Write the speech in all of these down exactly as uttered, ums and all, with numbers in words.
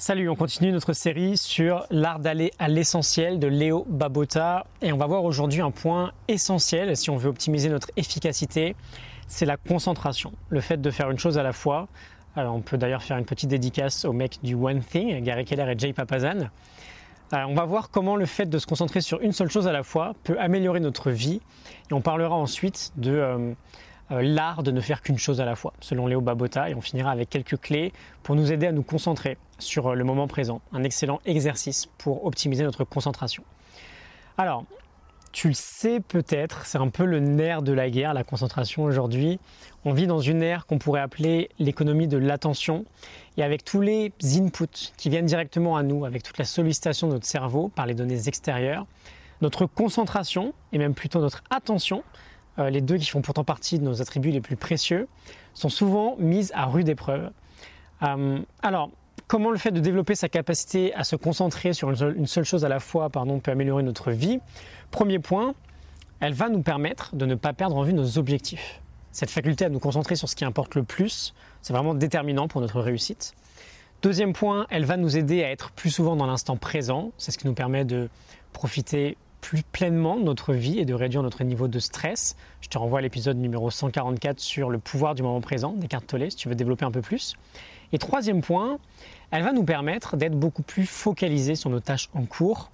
Salut, on continue notre série sur l'art d'aller à l'essentiel de Leo Babauta et on va voir aujourd'hui un point essentiel si on veut optimiser notre efficacité, c'est la concentration, le fait de faire une chose à la fois. Alors on peut d'ailleurs faire une petite dédicace aux mecs du One Thing, Gary Keller et Jay Papasan. Alors, on va voir comment le fait de se concentrer sur une seule chose à la fois peut améliorer notre vie et on parlera ensuite de euh, euh, l'art de ne faire qu'une chose à la fois, selon Leo Babauta, et on finira avec quelques clés pour nous aider à nous concentrer sur euh, le moment présent. Un excellent exercice pour optimiser notre concentration. Alors, tu le sais peut-être, c'est un peu le nerf de la guerre, la concentration aujourd'hui. On vit dans une ère qu'on pourrait appeler l'économie de l'attention. Et avec tous les inputs qui viennent directement à nous, avec toute la sollicitation de notre cerveau par les données extérieures, notre concentration, et même plutôt notre attention, euh, les deux qui font pourtant partie de nos attributs les plus précieux, sont souvent mises à rude épreuve. Euh, alors, comment le fait de développer sa capacité à se concentrer sur une seule, une seule chose à la fois pardon, peut améliorer notre vie? Premier point, elle va nous permettre de ne pas perdre en vue nos objectifs. Cette faculté à nous concentrer sur ce qui importe le plus, c'est vraiment déterminant pour notre réussite. Deuxième point, elle va nous aider à être plus souvent dans l'instant présent. C'est ce qui nous permet de profiter plus pleinement de notre vie et de réduire notre niveau de stress. Je te renvoie à l'épisode numéro cent quarante-quatre sur le pouvoir du moment présent d'Eckhart Tolle si tu veux développer un peu plus. Et troisième point, elle va nous permettre d'être beaucoup plus focalisés sur nos tâches en cours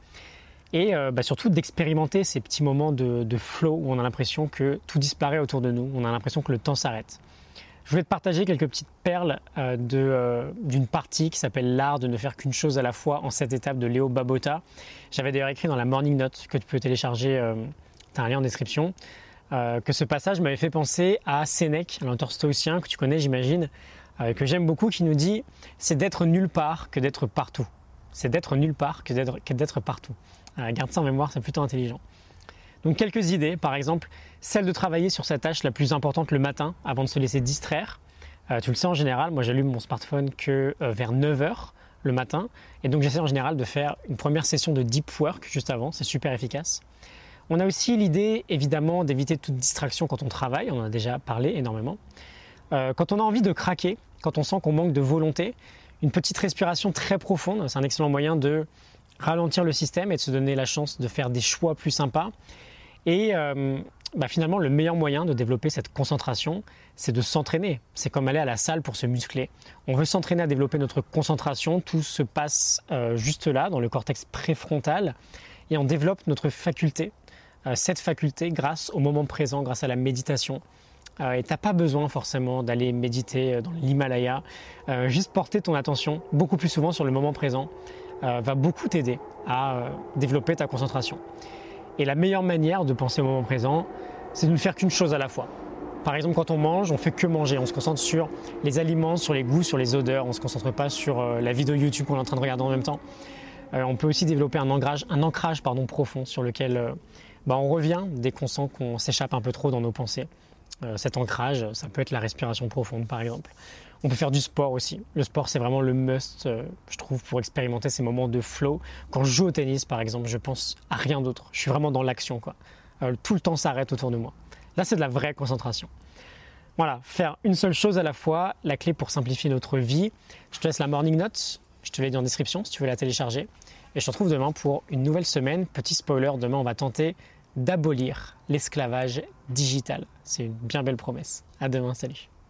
et euh, bah surtout d'expérimenter ces petits moments de, de flow où on a l'impression que tout disparaît autour de nous, on a l'impression que le temps s'arrête. Je voulais te partager quelques petites perles euh, de, euh, d'une partie qui s'appelle l'art de ne faire qu'une chose à la fois en cette étape de Leo Babauta. J'avais d'ailleurs écrit dans la Morning Note que tu peux télécharger, euh, tu as un lien en description, euh, que ce passage m'avait fait penser à Sénèque, l'auteur stoïcien que tu connais j'imagine, euh, que j'aime beaucoup, qui nous dit « c'est d'être nulle part que d'être partout ». C'est d'être nulle part que d'être, que d'être partout. Euh, garde ça en mémoire, c'est plutôt intelligent. Donc quelques idées, par exemple, celle de travailler sur sa tâche la plus importante le matin avant de se laisser distraire. Euh, tu le sais en général, moi j'allume mon smartphone que euh, vers neuf heures le matin et donc j'essaie en général de faire une première session de deep work juste avant, c'est super efficace. On a aussi l'idée évidemment d'éviter toute distraction quand on travaille, on en a déjà parlé énormément. Euh, quand on a envie de craquer, quand on sent qu'on manque de volonté, une petite respiration très profonde, c'est un excellent moyen de ralentir le système et de se donner la chance de faire des choix plus sympas. Et euh, bah finalement, le meilleur moyen de développer cette concentration, c'est de s'entraîner. C'est comme aller à la salle pour se muscler. On veut s'entraîner à développer notre concentration. Tout se passe euh, juste là, dans le cortex préfrontal. Et on développe notre faculté, euh, cette faculté grâce au moment présent, grâce à la méditation. Euh, et tu n'as pas besoin forcément d'aller méditer dans l'Himalaya. Euh, juste porter ton attention beaucoup plus souvent sur le moment présent euh, va beaucoup t'aider à euh, développer ta concentration. Et la meilleure manière de penser au moment présent, c'est de ne faire qu'une chose à la fois. Par exemple, quand on mange, on ne fait que manger. On se concentre sur les aliments, sur les goûts, sur les odeurs. On ne se concentre pas sur euh, la vidéo YouTube qu'on est en train de regarder en même temps. Euh, on peut aussi développer un ancrage, un ancrage pardon, profond sur lequel euh, bah, on revient dès qu'on sent qu'on s'échappe un peu trop dans nos pensées. Euh, cet ancrage, ça peut être la respiration profonde par exemple. On peut faire du sport aussi. Le sport, c'est vraiment le must, euh, je trouve, pour expérimenter ces moments de flow. Quand je joue au tennis, par exemple, je pense à rien d'autre. Je suis vraiment dans l'action, quoi. Euh, tout le temps s'arrête autour de moi. Là, c'est de la vraie concentration. Voilà, faire une seule chose à la fois, la clé pour simplifier notre vie. Je te laisse la Morning Note. Je te l'ai dit en description si tu veux la télécharger. Et je te retrouve demain pour une nouvelle semaine. Petit spoiler, demain, on va tenter d'abolir l'esclavage digital. C'est une bien belle promesse. À demain, salut.